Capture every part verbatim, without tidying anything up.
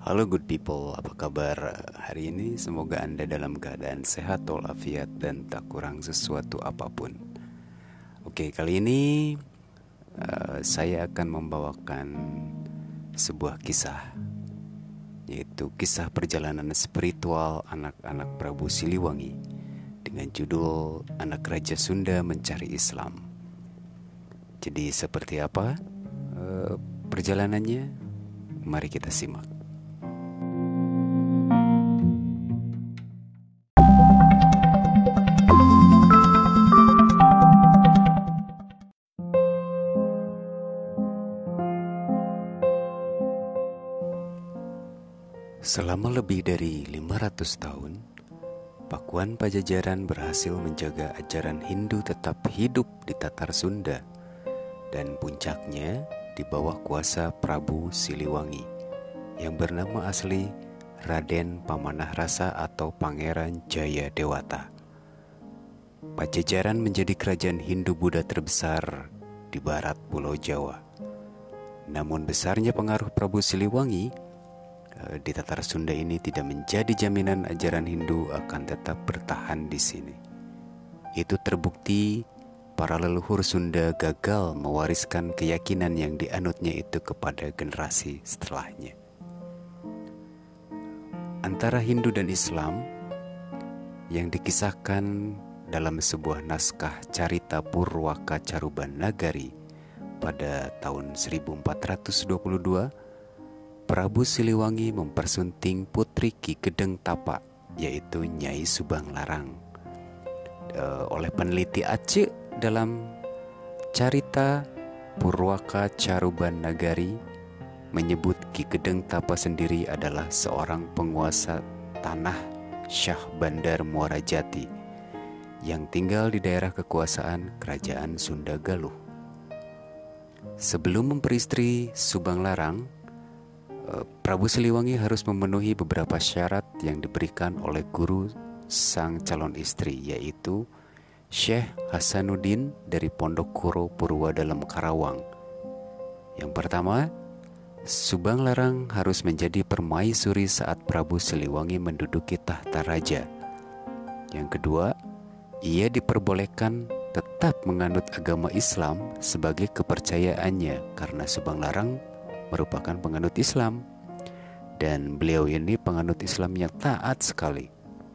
Halo good people, apa kabar hari ini? Semoga Anda dalam keadaan sehat walafiat dan tak kurang sesuatu apapun. Oke, kali ini uh, saya akan membawakan sebuah kisah, yaitu kisah perjalanan spiritual anak-anak Prabu Siliwangi dengan judul Anak Raja Sunda Mencari Islam. Jadi seperti apa uh, perjalanannya? Mari kita simak. Selama lebih dari lima ratus tahun, Pakuan Pajajaran berhasil menjaga ajaran Hindu tetap hidup di Tatar Sunda, dan puncaknya di bawah kuasa Prabu Siliwangi yang bernama asli Raden Pamanah Rasa atau Pangeran Jayadewata. Pajajaran menjadi kerajaan Hindu-Buddha terbesar di barat Pulau Jawa. Namun besarnya pengaruh Prabu Siliwangi di Tatar Sunda ini tidak menjadi jaminan ajaran Hindu akan tetap bertahan di sini. Itu terbukti para leluhur Sunda gagal mewariskan keyakinan yang dianutnya itu kepada generasi setelahnya. Antara Hindu dan Islam yang dikisahkan dalam sebuah naskah Carita Purwaka Caruban Nagari pada tahun seribu empat ratus dua puluh dua, Prabu Siliwangi mempersunting putri Ki Gedeng Tapa, yaitu Nyai Subang Larang. E, oleh peneliti Aceh dalam Carita Purwaka Caruban Nagari menyebut Ki Gedeng Tapa sendiri adalah seorang penguasa tanah Syah Bandar Muara Jati yang tinggal di daerah kekuasaan Kerajaan Sunda Galuh. Sebelum memperistri Subang Larang, Prabu Siliwangi harus memenuhi beberapa syarat yang diberikan oleh guru sang calon istri, yaitu Syekh Hasanuddin dari Pondok Kuro Purwa Dalam Karawang. Yang pertama, Subang Larang harus menjadi permaisuri saat Prabu Siliwangi menduduki tahta raja. Yang kedua, ia diperbolehkan tetap menganut agama Islam sebagai kepercayaannya karena Subang Larang merupakan penganut Islam dan beliau ini penganut Islam yang taat sekali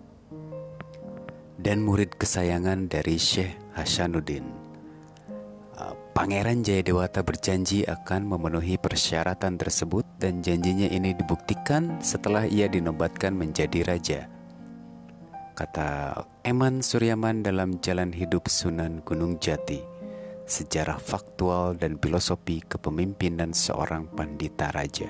dan murid kesayangan dari Syekh Hasanuddin. Pangeran Jayadewata berjanji akan memenuhi persyaratan tersebut dan janjinya ini dibuktikan setelah ia dinobatkan menjadi raja. Kata Eman Suryaman dalam Jalan Hidup Sunan Gunung Jati, sejarah faktual dan filosofi kepemimpinan seorang pandita raja.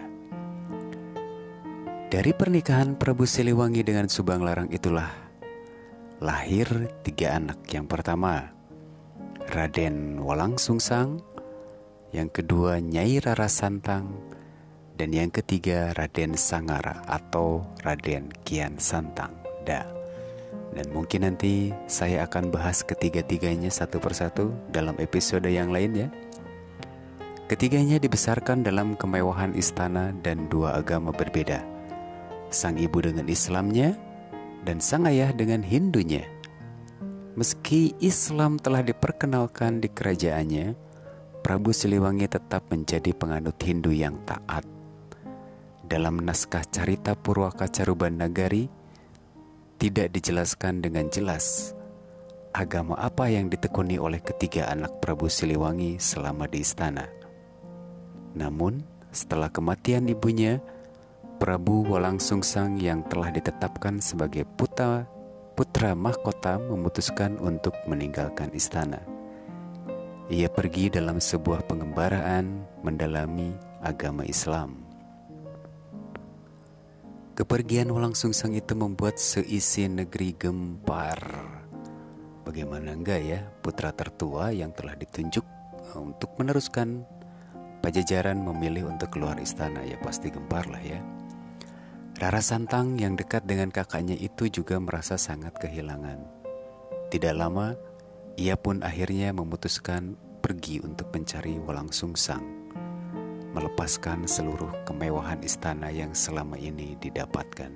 Dari pernikahan Prabu Siliwangi dengan Subang Larang itulah lahir tiga anak. Yang pertama, Raden Walang Sungsang, yang kedua Nyai Rara Santang, dan yang ketiga Raden Sangara atau Raden Kian Santang. Da. Dan mungkin nanti saya akan bahas ketiga-tiganya satu persatu dalam episode yang lain ya. Ketiganya dibesarkan dalam kemewahan istana dan dua agama berbeda. Sang ibu dengan Islamnya dan sang ayah dengan Hindunya. Meski Islam telah diperkenalkan di kerajaannya, Prabu Siliwangi tetap menjadi penganut Hindu yang taat. Dalam naskah Carita Purwaka Caruban Nagari tidak dijelaskan dengan jelas agama apa yang ditekuni oleh ketiga anak Prabu Siliwangi selama di istana. Namun, setelah kematian ibunya, Prabu Walang Sungsang yang telah ditetapkan sebagai putra, putra mahkota memutuskan untuk meninggalkan istana. Ia pergi dalam sebuah pengembaraan mendalami agama Islam. Kepergian Walang Sungsang itu membuat seisi negeri gempar. Bagaimana enggak ya, putra tertua yang telah ditunjuk untuk meneruskan Pajajaran memilih untuk keluar istana, ya pasti gempar lah ya. Rara Santang yang dekat dengan kakaknya itu juga merasa sangat kehilangan. Tidak lama, ia pun akhirnya memutuskan pergi untuk mencari Walang Sungsang. melepaskan seluruh kemewahan istana yang selama ini didapatkan.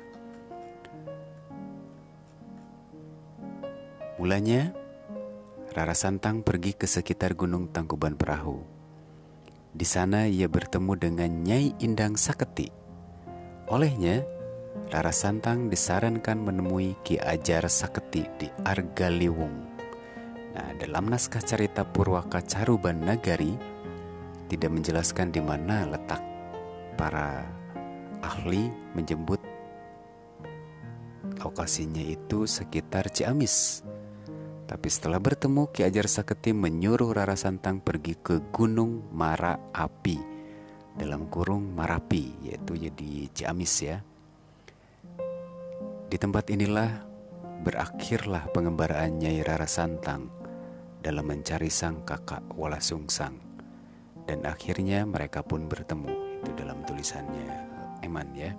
Mulanya, Rara Santang pergi ke sekitar Gunung Tangkuban Perahu. Di sana ia bertemu dengan Nyai Indang Saketi. Olehnya, Rara Santang disarankan menemui Ki Ajar Saketi di Argaliwung. Nah, dalam naskah cerita Purwaka Caruban Nagari tidak menjelaskan di mana letak para ahli menyebut lokasinya itu sekitar Ciamis. Tapi setelah bertemu, Ki Ajar Saketi menyuruh Rara Santang pergi ke Gunung Marapi, dalam kurung Marapi, yaitu di Ciamis ya. Di tempat inilah berakhirlah pengembaraan Nyai Rara Santang dalam mencari sang kakak Walasungsang. Dan akhirnya mereka pun bertemu, itu dalam tulisannya Eman ya.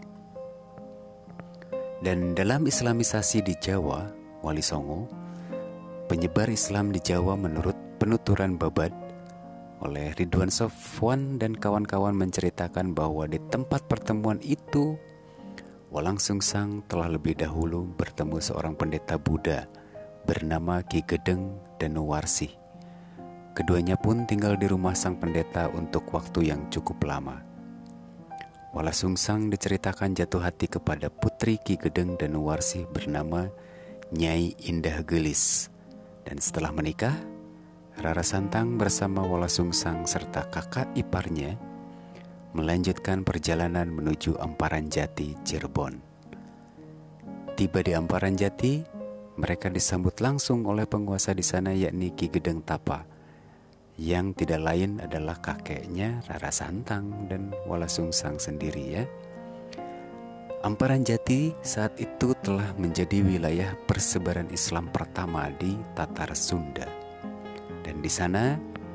Dan dalam Islamisasi di Jawa, Wali Songo, penyebar Islam di Jawa menurut penuturan Babad oleh Ridwan Sofwan dan kawan-kawan menceritakan bahwa di tempat pertemuan itu Walangsungsang telah lebih dahulu bertemu seorang pendeta Buddha bernama Ki Gedeng Danuwarsih. Keduanya pun tinggal di rumah sang pendeta untuk waktu yang cukup lama. Walasungsang diceritakan jatuh hati kepada putri Ki Gedeng Danuwarsih bernama Nyai Indah Gelis. Dan setelah menikah, Rara Santang bersama Walasungsang serta kakak iparnya melanjutkan perjalanan menuju Amparan Jati, Cirebon. Tiba di Amparan Jati, mereka disambut langsung oleh penguasa di sana, yakni Ki Gedeng Tapa, yang tidak lain adalah kakeknya Rara Santang dan Walasungsang sendiri ya. Amparan Jati saat itu telah menjadi wilayah persebaran Islam pertama di Tatar Sunda. Dan di sana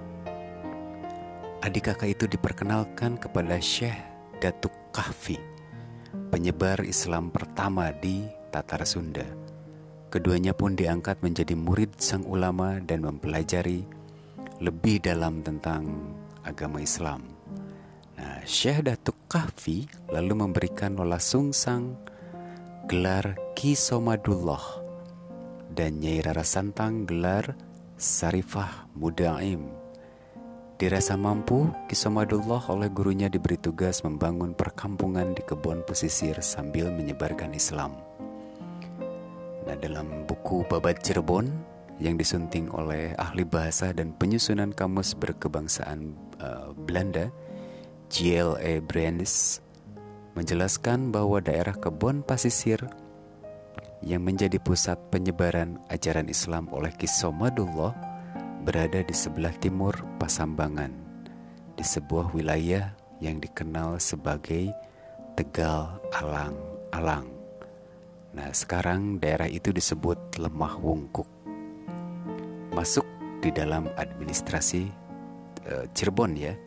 adik kakak itu diperkenalkan kepada Syekh Datuk Kahfi, penyebar Islam pertama di Tatar Sunda. Keduanya pun diangkat menjadi murid sang ulama dan mempelajari lebih dalam tentang agama Islam. Nah, Syekh Datuk Kahfi lalu memberikan Walasungsang gelar Ki Somadullah dan Nyai Rara Santang gelar Sarifah Mudaim. Dirasa mampu, Ki Somadullah oleh gurunya diberi tugas membangun perkampungan di kebun pesisir sambil menyebarkan Islam. Nah, dalam buku Babad Cirebon yang disunting oleh ahli bahasa dan penyusunan kamus berkebangsaan uh, Belanda, J L A Brandes, menjelaskan bahwa daerah kebun pasisir yang menjadi pusat penyebaran ajaran Islam oleh Ki Somadullah berada di sebelah timur Pasambangan, di sebuah wilayah yang dikenal sebagai Tegal Alang-Alang. Nah, sekarang daerah itu disebut Lemah Wungkuk, masuk di dalam administrasi uh, Cirebon ya.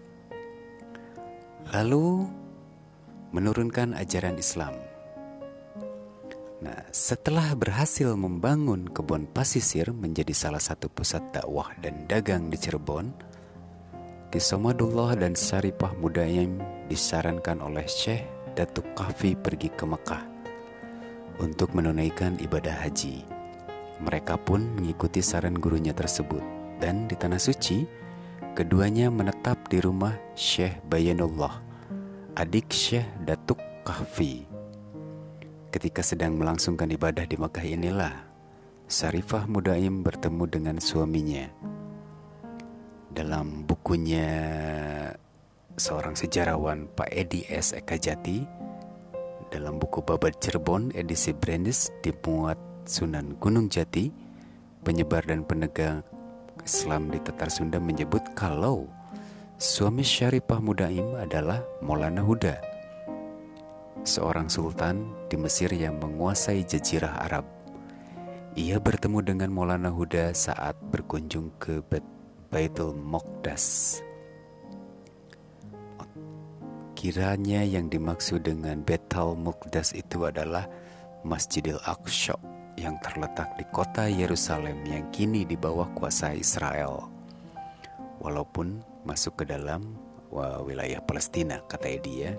Lalu menurunkan ajaran Islam. Nah, setelah berhasil membangun kebun pasisir menjadi salah satu pusat dakwah dan dagang di Cirebon, Ki Somadullah dan Sarifah Mudaim disarankan oleh Syekh Datuk Kahfi pergi ke Mekah untuk menunaikan ibadah haji. Mereka pun mengikuti saran gurunya tersebut, dan di Tanah Suci keduanya menetap di rumah Syekh Bayanullah, adik Syekh Datuk Kahfi. Ketika sedang melangsungkan ibadah di Makkah inilah Sarifah Mudaim bertemu dengan suaminya. Dalam bukunya seorang sejarawan Pak Edi S. Ekajati, dalam buku Babad Cirebon edisi Brandes dimuat Sunan Gunung Jati, penyebar dan penegak Islam di Tatar Sunda menyebut kalau suami Sarifah Mudaim adalah Maulana Huda, seorang sultan di Mesir yang menguasai jazirah Arab. Ia bertemu dengan Maulana Huda saat berkunjung ke Baitul Maqdas. Kiranya yang dimaksud dengan Baitul Maqdas itu adalah Masjidil Aqsa yang terletak di kota Yerusalem yang kini di bawah kuasa Israel. Walaupun masuk ke dalam wilayah Palestina, kata dia.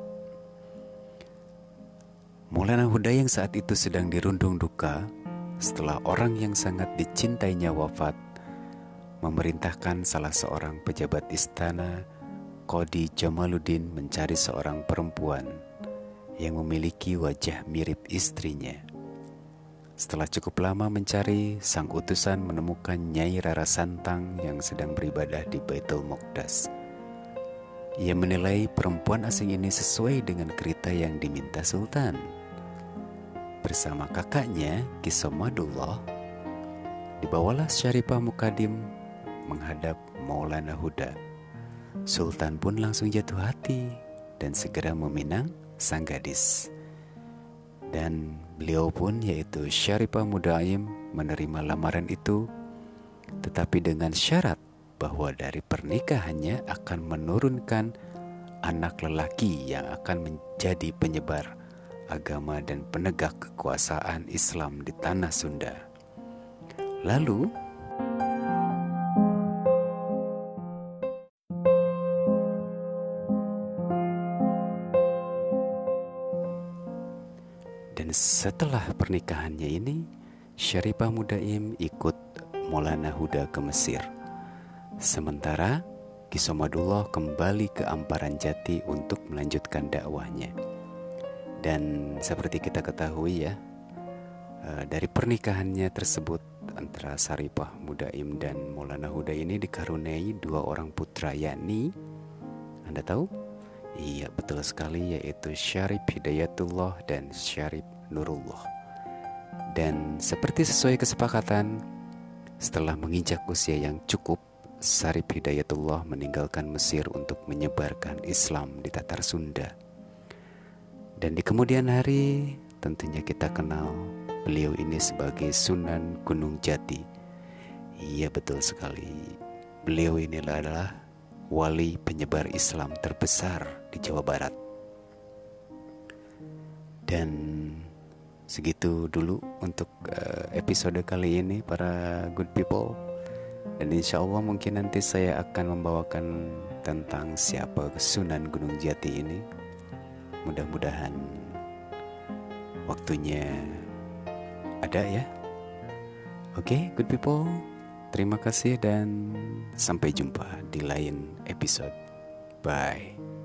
Maulana Huda yang saat itu sedang dirundung duka setelah orang yang sangat dicintainya wafat, memerintahkan salah seorang pejabat istana, Qadi Jamaluddin, mencari seorang perempuan yang memiliki wajah mirip istrinya. Setelah cukup lama mencari, sang utusan menemukan Nyai Rara Santang yang sedang beribadah di Baitul Muqaddas. Ia menilai perempuan asing ini sesuai dengan kriteria yang diminta Sultan. Bersama kakaknya, Ki Somadullah, dibawalah Syarifah Mukadim menghadap Maulana Huda. Sultan pun langsung jatuh hati dan segera meminang sang gadis. Dan beliau pun, yaitu Syarifah Mudaim, menerima lamaran itu, tetapi dengan syarat bahwa dari pernikahannya akan menurunkan anak lelaki yang akan menjadi penyebar agama dan penegak kekuasaan Islam di tanah Sunda. Lalu dan setelah pernikahannya ini, Syarifah Mudaim ikut Maulana Huda ke Mesir. Sementara Ki Somadullah kembali ke Amparan Jati untuk melanjutkan dakwahnya. Dan seperti kita ketahui ya, dari pernikahannya tersebut antara Syarifah Mudaim dan Maulana Huda ini dikaruniai dua orang putra, yakni, Anda tahu? Iya, betul sekali, yaitu Syarif Hidayatullah dan Syarif Nurullah. Dan seperti sesuai kesepakatan, setelah menginjak usia yang cukup, Syarif Hidayatullah meninggalkan Mesir untuk menyebarkan Islam di Tatar Sunda. Dan di kemudian hari tentunya kita kenal beliau ini sebagai Sunan Gunung Jati. Iya, betul sekali. Beliau ini adalah wali penyebar Islam terbesar di Jawa Barat. Dan segitu dulu untuk uh, episode kali ini para good people. Dan insya Allah mungkin nanti saya akan membawakan tentang siapa Sunan Gunung Jati ini. Mudah-mudahan waktunya ada ya. Oke, good people, terima kasih dan sampai jumpa di lain episode. Bye.